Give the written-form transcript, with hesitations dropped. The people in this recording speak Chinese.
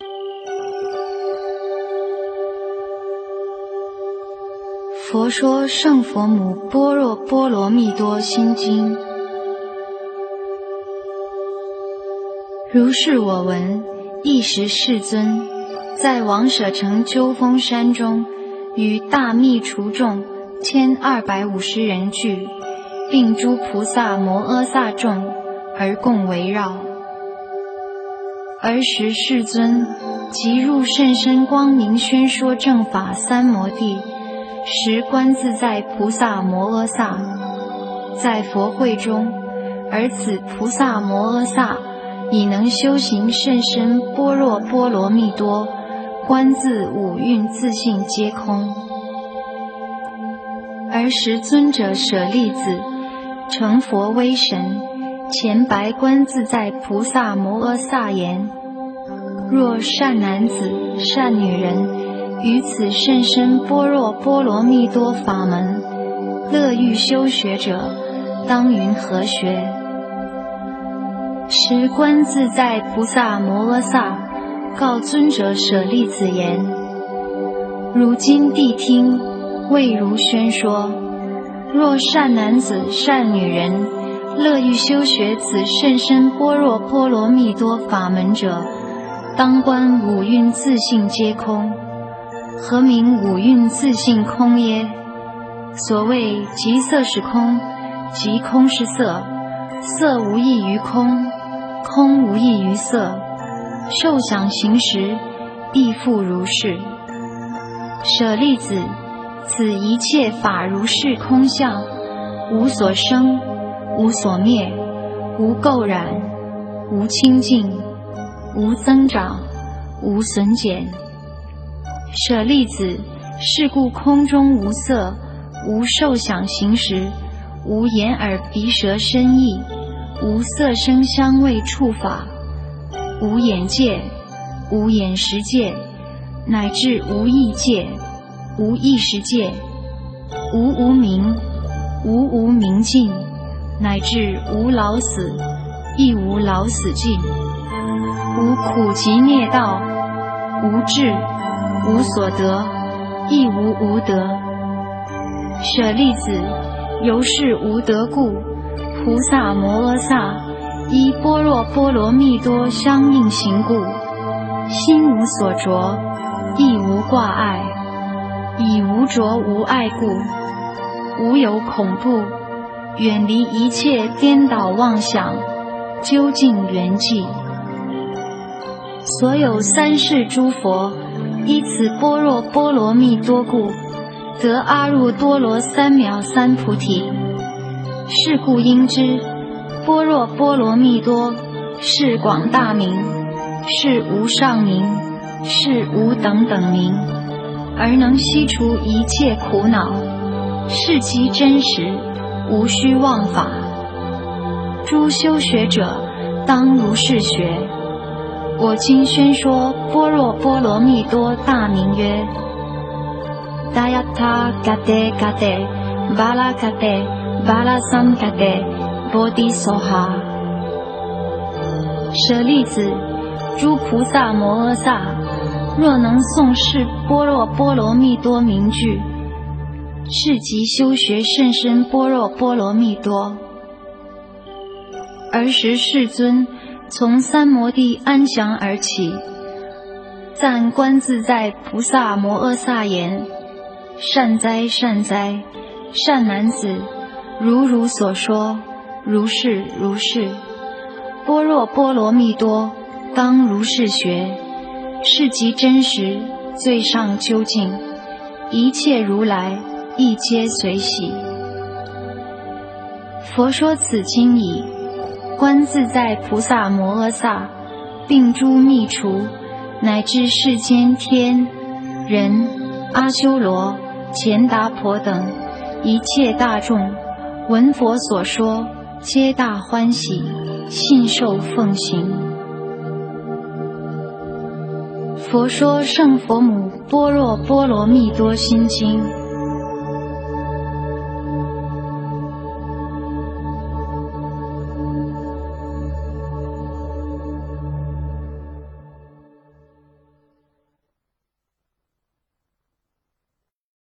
佛说圣佛母般若波罗蜜多心经。如是我闻，一时世尊在王舍城鸠峰山中，与大密除众1250人聚，并诸菩萨摩诃萨众而共围绕。尔时世尊即入甚深光明宣说正法三摩地，时观自在菩萨摩诃萨在佛会中，而此菩萨摩诃萨已能修行甚深般若波罗蜜多，观自五蕴自性皆空。尔时尊者舍利子成佛威神，前白观自在菩萨摩诃萨言：若善男子善女人于此甚深般若波罗蜜多法门乐欲修学者，当云何学？时观自在菩萨摩诃萨告尊者舍利子言：如今谛听，为如宣说。若善男子善女人乐欲修学此甚深般若波罗蜜多法门者，当观五蕴自性皆空。何名五蕴自性空耶？所谓即色是空，即空是色，色无异于空，空无异于色，受想行识亦复如是。舍利子，此一切法如是空相，无所生，无所灭，无垢染，无清净，无增长，无损减。舍利子，是故空中无色，无受想行识，无眼耳鼻舌身意，无色声香味触法，无眼界，无眼识界，乃至无意界，无意识界，无无明，无无明尽，乃至无老死，亦无老死尽，无苦集灭道，无智，无所得，亦无无得。舍利子，由是无得故，菩萨摩诃萨依般若波罗蜜多相应行故，心无所着，亦无挂碍，以无着无碍故，无有恐怖，远离一切颠倒妄想，究竟圆寂。所有三世诸佛依此般若波罗蜜多故，得阿耨多罗三藐三菩提。是故应知，般若波罗蜜多是广大名，是无上名，是无等等名，而能悉除一切苦恼，是即真实，无虚妄法。诸修学者当如是学。我今宣说般若波罗蜜多大名曰达雅他嘎德嘎德巴拉嘎德巴拉桑嘎德波迪梭哈。舍利子，诸菩萨摩诃萨若能诵是般若波罗蜜多名句，是即修学甚深般若波罗蜜多。尔时世尊从三摩地安详而起，赞观自在菩萨摩诃萨言：善哉善哉，善男子，如所说，如是如是。般若波罗蜜多当如是学，是即真实，最上究竟，一切如来亦皆随喜。佛说此经已，观自在菩萨摩诃萨并诸密除，乃至世间天人阿修罗乾达婆等一切大众，闻佛所说，皆大欢喜，信受奉行。佛说圣佛母般若波罗蜜多心经。